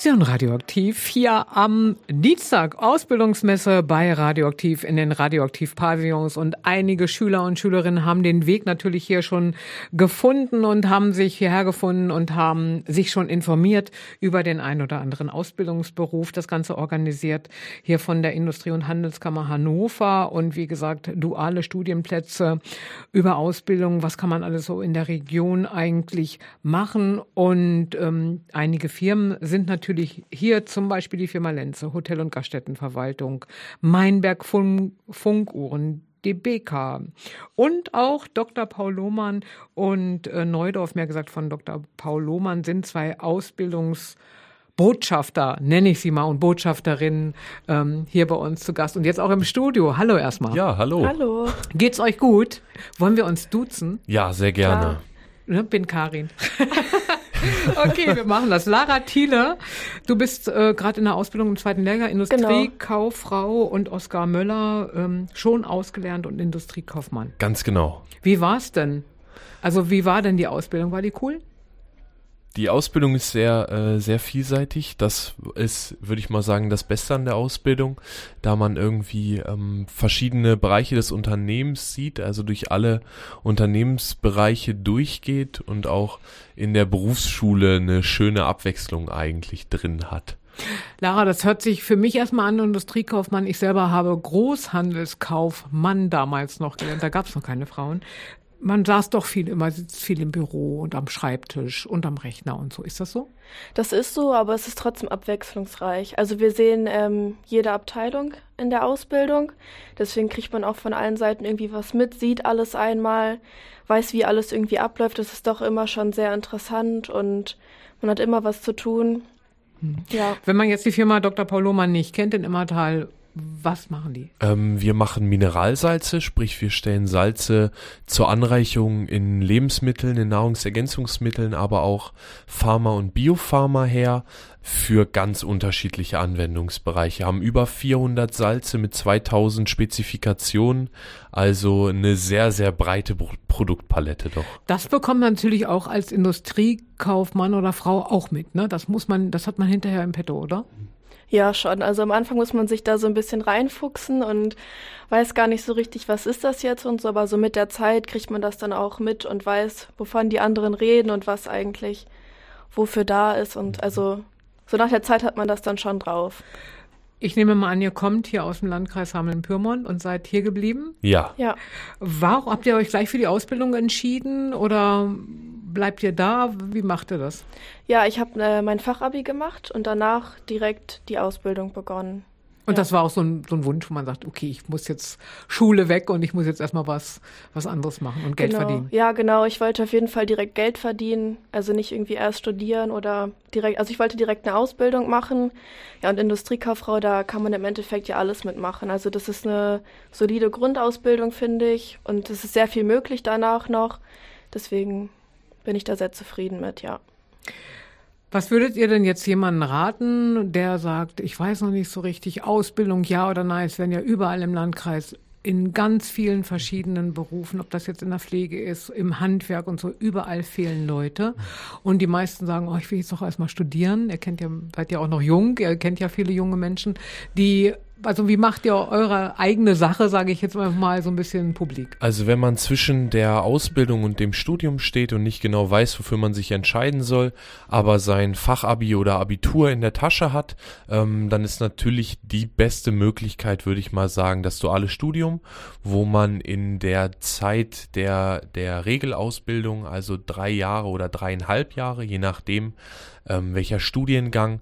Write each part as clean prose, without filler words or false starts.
Sie hören Radioaktiv hier am Dienstag, Ausbildungsmesse bei Radioaktiv in den Radioaktiv-Pavillons, und einige Schüler und Schülerinnen haben den Weg natürlich hier schon gefunden und haben sich hierher gefunden und haben sich schon informiert über den ein oder anderen Ausbildungsberuf. Das Ganze organisiert hier von der Industrie- und Handelskammer Hannover und wie gesagt, duale Studienplätze über Ausbildung. Was kann man alles so in der Region eigentlich machen? Und einige Firmen sind natürlich hier, zum Beispiel die Firma Lenze, Hotel- und Gaststättenverwaltung, Meinberg Funkuhren, DBK und auch Dr. Paul Lohmann und Neudorf, mehr gesagt von Dr. Paul Lohmann, sind zwei Ausbildungsbotschafter, nenne ich sie mal, und Botschafterinnen hier bei uns zu Gast und jetzt auch im Studio. Hallo erstmal. Ja, hallo. Hallo. Geht's euch gut? Wollen wir uns duzen? Ja, sehr gerne. Ja. Bin Karin. Okay, wir machen das. Lara Thiele, du bist gerade in der Ausbildung im zweiten Lehrjahr, Industriekauffrau, und Oskar Möller, schon ausgelernt und Industriekaufmann. Ganz genau. Wie war's denn? Also wie war denn die Ausbildung? War die cool? Die Ausbildung ist sehr vielseitig. Das ist, würde ich mal sagen, das Beste an der Ausbildung, da man irgendwie verschiedene Bereiche des Unternehmens sieht, also durch alle Unternehmensbereiche durchgeht und auch in der Berufsschule eine schöne Abwechslung eigentlich drin hat. Lara, das hört sich für mich erstmal an, Industriekaufmann. Ich selber habe Großhandelskaufmann damals noch gelernt, da gab es noch keine Frauen. Man saß doch viel, immer sitzt viel im Büro und am Schreibtisch und am Rechner und so. Ist das so? Das ist so, aber es ist trotzdem abwechslungsreich. Also wir sehen jede Abteilung in der Ausbildung. Deswegen kriegt man auch von allen Seiten irgendwie was mit, sieht alles einmal, weiß, wie alles irgendwie abläuft. Das ist doch immer schon sehr interessant und man hat immer was zu tun. Ja. Wenn man jetzt die Firma Dr. Paul Lohmann nicht kennt in Immertal, was machen die? Wir machen Mineralsalze, sprich wir stellen Salze zur Anreicherung in Lebensmitteln, in Nahrungsergänzungsmitteln, aber auch Pharma und Biopharma her für ganz unterschiedliche Anwendungsbereiche. Haben über 400 Salze mit 2000 Spezifikationen, also eine sehr, sehr breite Produktpalette doch. Das bekommt man natürlich auch als Industriekaufmann oder Frau auch mit, ne? Das hat man hinterher im Petto, oder? Ja, schon. Also am Anfang muss man sich da so ein bisschen reinfuchsen und weiß gar nicht so richtig, was ist das jetzt und so, aber so mit der Zeit kriegt man das dann auch mit und weiß, wovon die anderen reden und was eigentlich wofür da ist, und also so nach der Zeit hat man das dann schon drauf. Ich nehme mal an, ihr kommt hier aus dem Landkreis Hameln-Pyrmont und seid hier geblieben? Ja. Ja. Warum habt ihr euch gleich für die Ausbildung entschieden oder bleibt ihr da? Wie macht ihr das? Ja, ich habe mein Fachabi gemacht und danach direkt die Ausbildung begonnen. Und das war auch so ein Wunsch, wo man sagt, okay, ich muss jetzt Schule weg und ich muss jetzt erstmal was anderes machen und Geld verdienen. Ja, genau. Ich wollte auf jeden Fall direkt Geld verdienen, also nicht irgendwie erst studieren oder direkt, also ich wollte direkt eine Ausbildung machen. Ja, und Industriekauffrau, da kann man im Endeffekt ja alles mitmachen. Also das ist eine solide Grundausbildung, finde ich, und es ist sehr viel möglich danach noch. Deswegen bin ich da sehr zufrieden mit, ja. Was würdet ihr denn jetzt jemandem raten, der sagt, ich weiß noch nicht so richtig, Ausbildung ja oder nein? Es werden ja überall im Landkreis in ganz vielen verschiedenen Berufen, ob das jetzt in der Pflege ist, im Handwerk und so, überall fehlen Leute. Und die meisten sagen, oh, ich will jetzt doch erstmal studieren. Ihr seid ja auch noch jung, ihr kennt ja viele junge Menschen, also wie macht ihr eure eigene Sache, sage ich jetzt mal so ein bisschen publik? Also wenn man zwischen der Ausbildung und dem Studium steht und nicht genau weiß, wofür man sich entscheiden soll, aber sein Fachabi oder Abitur in der Tasche hat, dann ist natürlich die beste Möglichkeit, würde ich mal sagen, das duale Studium, wo man in der Zeit der Regelausbildung, also 3 Jahre oder 3,5 Jahre, je nachdem, welcher Studiengang,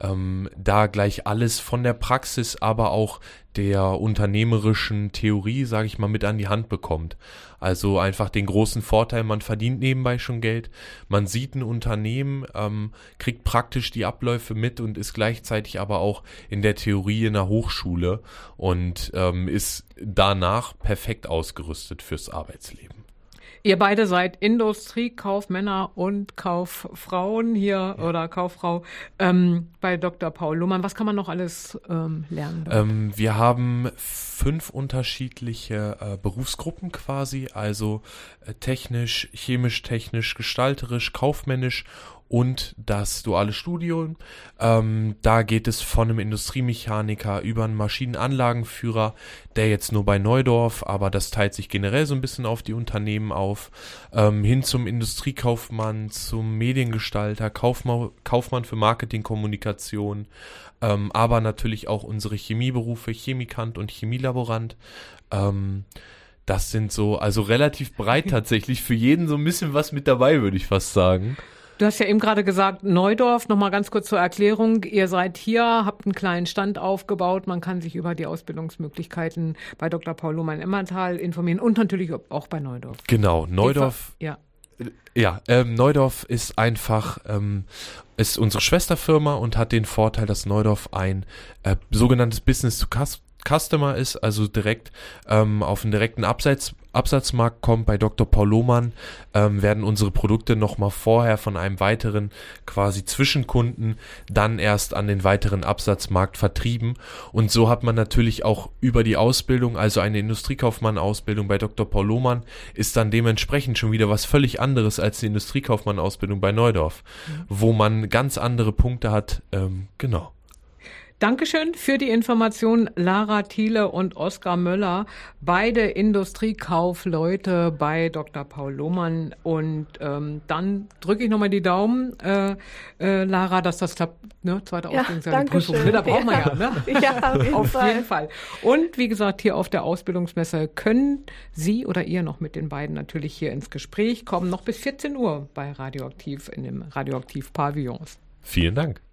da gleich alles von der Praxis, aber auch der unternehmerischen Theorie, sage ich mal, mit an die Hand bekommt. Also einfach den großen Vorteil, man verdient nebenbei schon Geld, man sieht ein Unternehmen, kriegt praktisch die Abläufe mit und ist gleichzeitig aber auch in der Theorie in der Hochschule und ist danach perfekt ausgerüstet fürs Arbeitsleben. Ihr beide seid Industriekaufmänner und Kauffrauen hier oder Kauffrau bei Dr. Paul Lohmann. Was kann man noch alles lernen? Wir haben 5 unterschiedliche Berufsgruppen quasi, also technisch, chemisch-technisch, gestalterisch, kaufmännisch und das duale Studium. Da geht es von einem Industriemechaniker über einen Maschinenanlagenführer, der jetzt nur bei Neudorf, aber das teilt sich generell so ein bisschen auf die Unternehmen auf, hin zum Industriekaufmann, zum Mediengestalter, Kaufmann für Marketing, Kommunikation, aber natürlich auch unsere Chemieberufe, Chemikant und Chemielaborant. Das sind so, also relativ breit tatsächlich, für jeden so ein bisschen was mit dabei, würde ich fast sagen. Du hast ja eben gerade gesagt, Neudorf, nochmal ganz kurz zur Erklärung. Ihr seid hier, habt einen kleinen Stand aufgebaut. Man kann sich über die Ausbildungsmöglichkeiten bei Dr. Paul Lohmann-Emmerthal informieren und natürlich auch bei Neudorf. Genau, Neudorf. Neudorf ist einfach, ist unsere Schwesterfirma und hat den Vorteil, dass Neudorf ein sogenanntes Business-to-Customer ist, also direkt auf einen direkten Absatzmarkt kommt. Bei Dr. Paul Lohmann werden unsere Produkte nochmal vorher von einem weiteren quasi Zwischenkunden dann erst an den weiteren Absatzmarkt vertrieben, und so hat man natürlich auch über die Ausbildung, also eine Industriekaufmann-Ausbildung bei Dr. Paul Lohmann ist dann dementsprechend schon wieder was völlig anderes als die Industriekaufmann-Ausbildung bei Neudorf, wo man ganz andere Punkte hat, genau. Dankeschön für die Information, Lara Thiele und Oskar Möller, beide Industriekaufleute bei Dr. Paul Lohmann. Und dann drücke ich nochmal die Daumen, Lara, dass das klappt, ne? Zweite Ausbildungsprüfung. Da braucht man ja, ne? Ja, auf jeden Fall. Und wie gesagt, hier auf der Ausbildungsmesse können Sie oder ihr noch mit den beiden natürlich hier ins Gespräch kommen, noch bis 14 Uhr bei Radioaktiv in dem Radioaktiv-Pavillons. Vielen Dank.